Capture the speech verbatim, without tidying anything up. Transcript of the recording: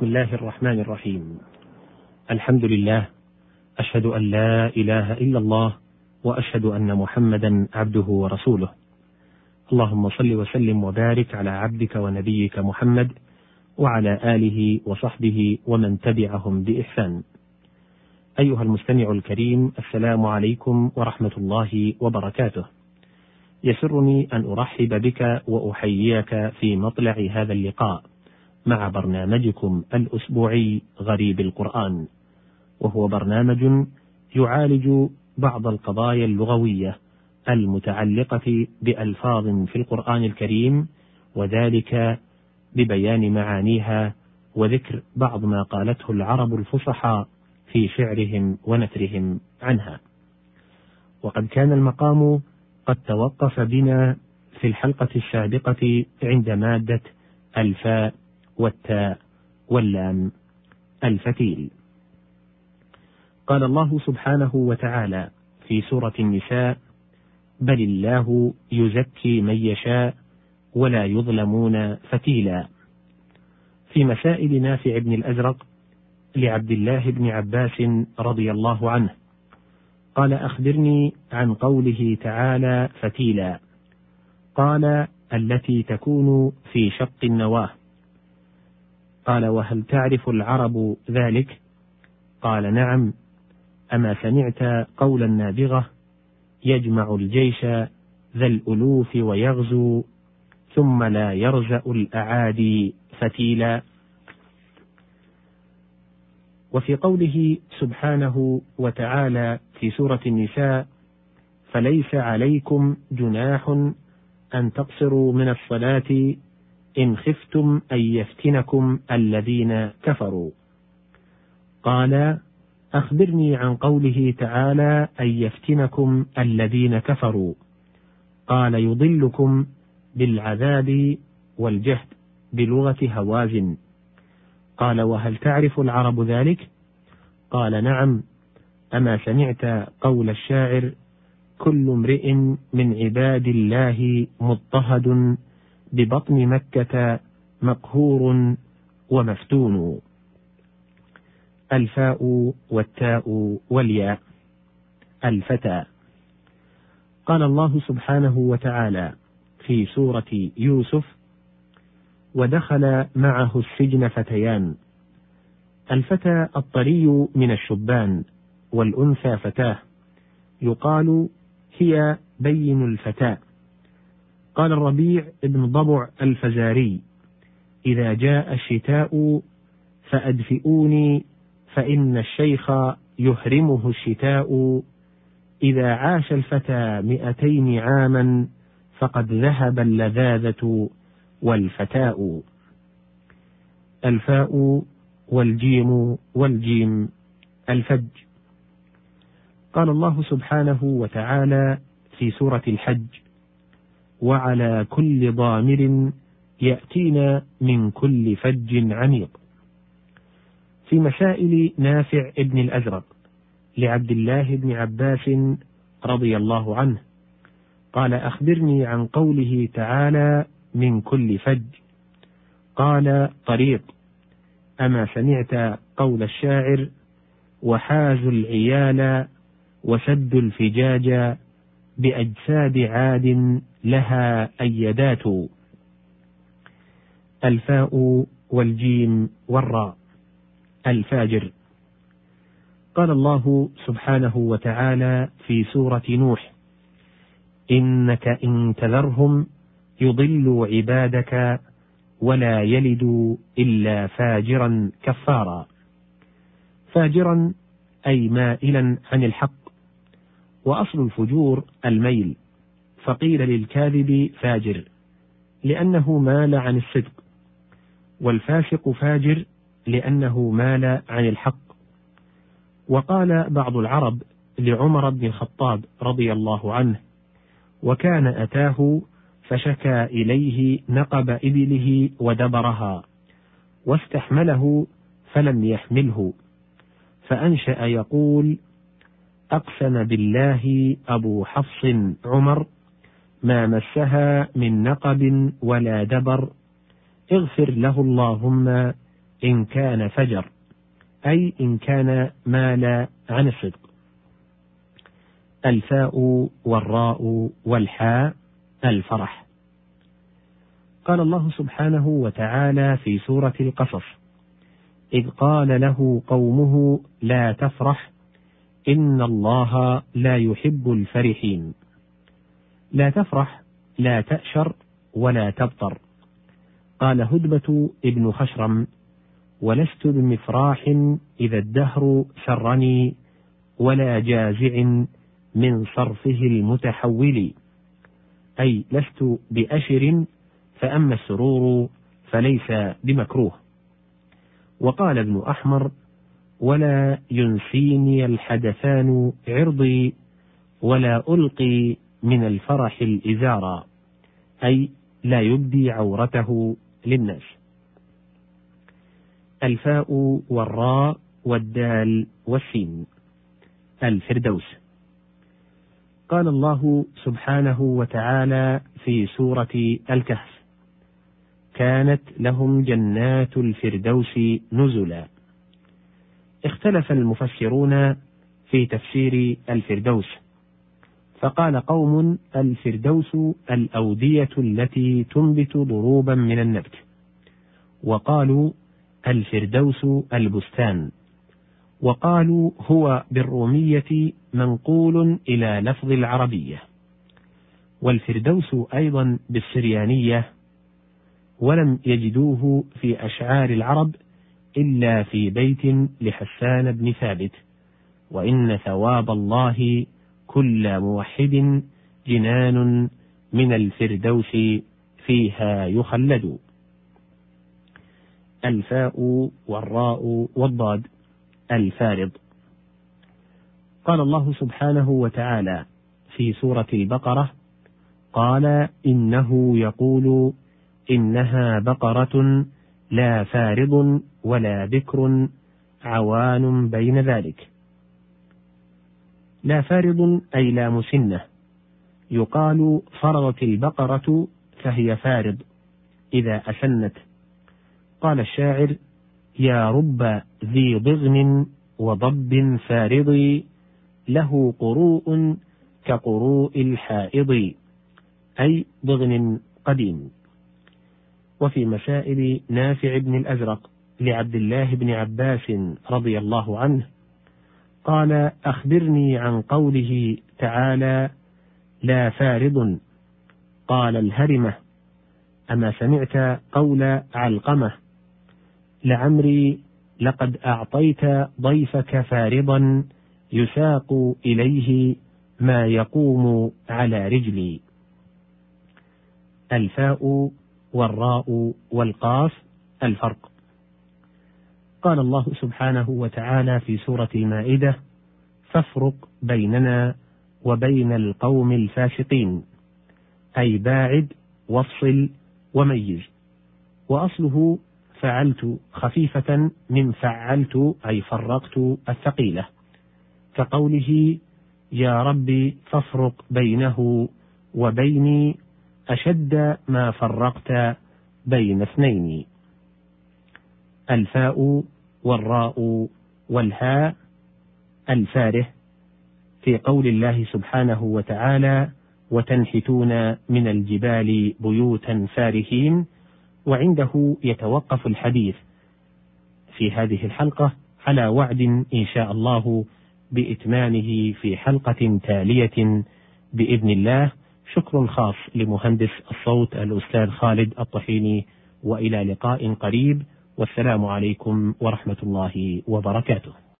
بسم الله الرحمن الرحيم. الحمد لله، أشهد أن لا إله إلا الله، وأشهد أن محمدا عبده ورسوله. اللهم صل وسلم وبارك على عبدك ونبيك محمد وعلى آله وصحبه ومن تبعهم بإحسان. أيها المستمع الكريم، السلام عليكم ورحمة الله وبركاته. يسرني أن أرحب بك وأحييك في مطلع هذا اللقاء مع برنامجكم الأسبوعي غريب القرآن، وهو برنامج يعالج بعض القضايا اللغوية المتعلقة بألفاظ في القرآن الكريم، وذلك ببيان معانيها وذكر بعض ما قالته العرب الفصحاء في شعرهم ونثرهم عنها. وقد كان المقام قد توقف بنا في الحلقة السابقة عند مادة الفاء والتاء واللام، الفتيل. قال الله سبحانه وتعالى في سورة النساء: بل الله يزكي من يشاء ولا يظلمون فتيلا. في مسائل نافع بن الأزرق لعبد الله بن عباس رضي الله عنه قال: أخبرني عن قوله تعالى فتيلا. قال: التي تكون في شق النواة. قال: وهل تعرف العرب ذلك؟ قال: نعم. أما سمعت قول النابغة: يجمع الجيش ذا الألوف ويغزو ثم لا يرزأ الأعادي فتيلا. وفي قوله سبحانه وتعالى في سورة النساء: فليس عليكم جناح أن تقصروا من الصلاة إن خفتم أن يفتنكم الذين كفروا. قال: أخبرني عن قوله تعالى أن يفتنكم الذين كفروا. قال: يضلكم بالعذاب والجهد بلغة هوازن. قال: وهل تعرف العرب ذلك؟ قال: نعم. أما سمعت قول الشاعر: كل امرئ من عباد الله مضطهد ببطن مكة مقهور ومفتون. الفاء والتاء والياء، الفتى. قال الله سبحانه وتعالى في سورة يوسف: ودخل معه السجن فتيان. الفتى الطري من الشبان، والأنثى فتاة، يقال هي بين الفتاة. قال الربيع بن ضبع الفزاري: إذا جاء الشتاء فأدفئوني فإن الشيخ يهرمه الشتاء. إذا عاش الفتى مئتين عاما فقد ذهب اللذاذة والفتاء. الفاء والجيم والجيم، الفج. قال الله سبحانه وتعالى في سورة الحج: وعلى كل ضامر يأتين من كل فج عميق. في مسائل نافع ابن الأزرق لعبد الله بن عباس رضي الله عنه قال: أخبرني عن قوله تعالى من كل فج. قال: طريق. أما سمعت قول الشاعر: وحازوا العيال وسدوا الفجاج بأجساد عاد لها أيدات. الفاء والجيم والراء، الفاجر. قال الله سبحانه وتعالى في سورة نوح: إنك إن تذرهم يضلوا عبادك ولا يلدوا إلا فاجرا كفارا. فاجرا أي مائلا عن الحق، وأصل الفجور الميل، فقيل للكاذب فاجر لأنه مال عن الصدق، والفاسق فاجر لأنه مال عن الحق. وقال بعض العرب لعمر بن الخطاب رضي الله عنه: وكان أتاه فشكى إليه نقب إبله ودبرها واستحمله فلم يحمله، فأنشأ يقول: أقسم بالله أبو حفص عمر ما مسها من نقب ولا دبر، اغفر له اللهم إن كان فجر، أي إن كان مال عن الصدق. الفاء والراء والحاء الفرح. قال الله سبحانه وتعالى في سورة القصص: إذ قال له قومه لا تفرح إن الله لا يحب الفرحين. لا تفرح لا تأشر ولا تبطر. قال هدبة ابن خشرم: ولست بمفراح إذا الدهر سرني ولا جازع من صرفه المتحول، أي لست بأشر فأما السرور فليس بمكروه. وقال ابن أحمر: ولا ينسيني الحدثان عرضي ولا ألقي من الفرح الإزارا، أي لا يبدي عورته للناس. الفاء والراء والدال والسين الفردوس. قال الله سبحانه وتعالى في سورة الكهف: كانت لهم جنات الفردوس نزلا. اختلف المفسرون في تفسير الفردوس، فقال قوم: الفردوس الأودية التي تنبت ضروبا من النبت، وقالوا الفردوس البستان، وقالوا هو بالرومية منقول إلى لفظ العربية، والفردوس أيضا بالسريانية، ولم يجدوه في أشعار العرب إلا في بيت لحسان بن ثابت: وإن ثواب الله كل موحد جنان من الفردوس فيها يخلد. الفاء والراء والضاد الفارض. قال الله سبحانه وتعالى في سورة البقرة: قال إنه يقول إنها بقرة لا فارض ولا بكر عوان بين ذلك. لا فارض أي لا مسنة، يقال فرضت البقرة فهي فارض إذا أسنت. قال الشاعر: يا رب ذي ضغن وضب فارض له قروء كقروء الحائض، أي ضغن قديم. وفي مسائل نافع بن الأزرق لعبد الله بن عباس رضي الله عنه قال: أخبرني عن قوله تعالى لا فارض. قال الهرمة: أما سمعت قول علقمة: لعمري لقد أعطيت ضيفك فارضا يساق إليه ما يقوم على رجلي. الفاء والراء والقاف الفرق. قال الله سبحانه وتعالى في سورة المائدة: فافرق بيننا وبين القوم الفاسقين، أي باعد وافصل وميز. وأصله فعلت خفيفة من فعلت أي فرقت الثقيلة، كقوله: يا ربي فافرق بينه وبيني أشد ما فرقت بين اثنين. الفاء والراء والهاء الفاره، في قول الله سبحانه وتعالى: وتنحتون من الجبال بيوتا فارهين. وعنده يتوقف الحديث في هذه الحلقة على وعد إن شاء الله بإتمامه في حلقة تالية بإذن الله. شكر خاص لمهندس الصوت الأستاذ خالد الطحيني، وإلى لقاء قريب، والسلام عليكم ورحمة الله وبركاته.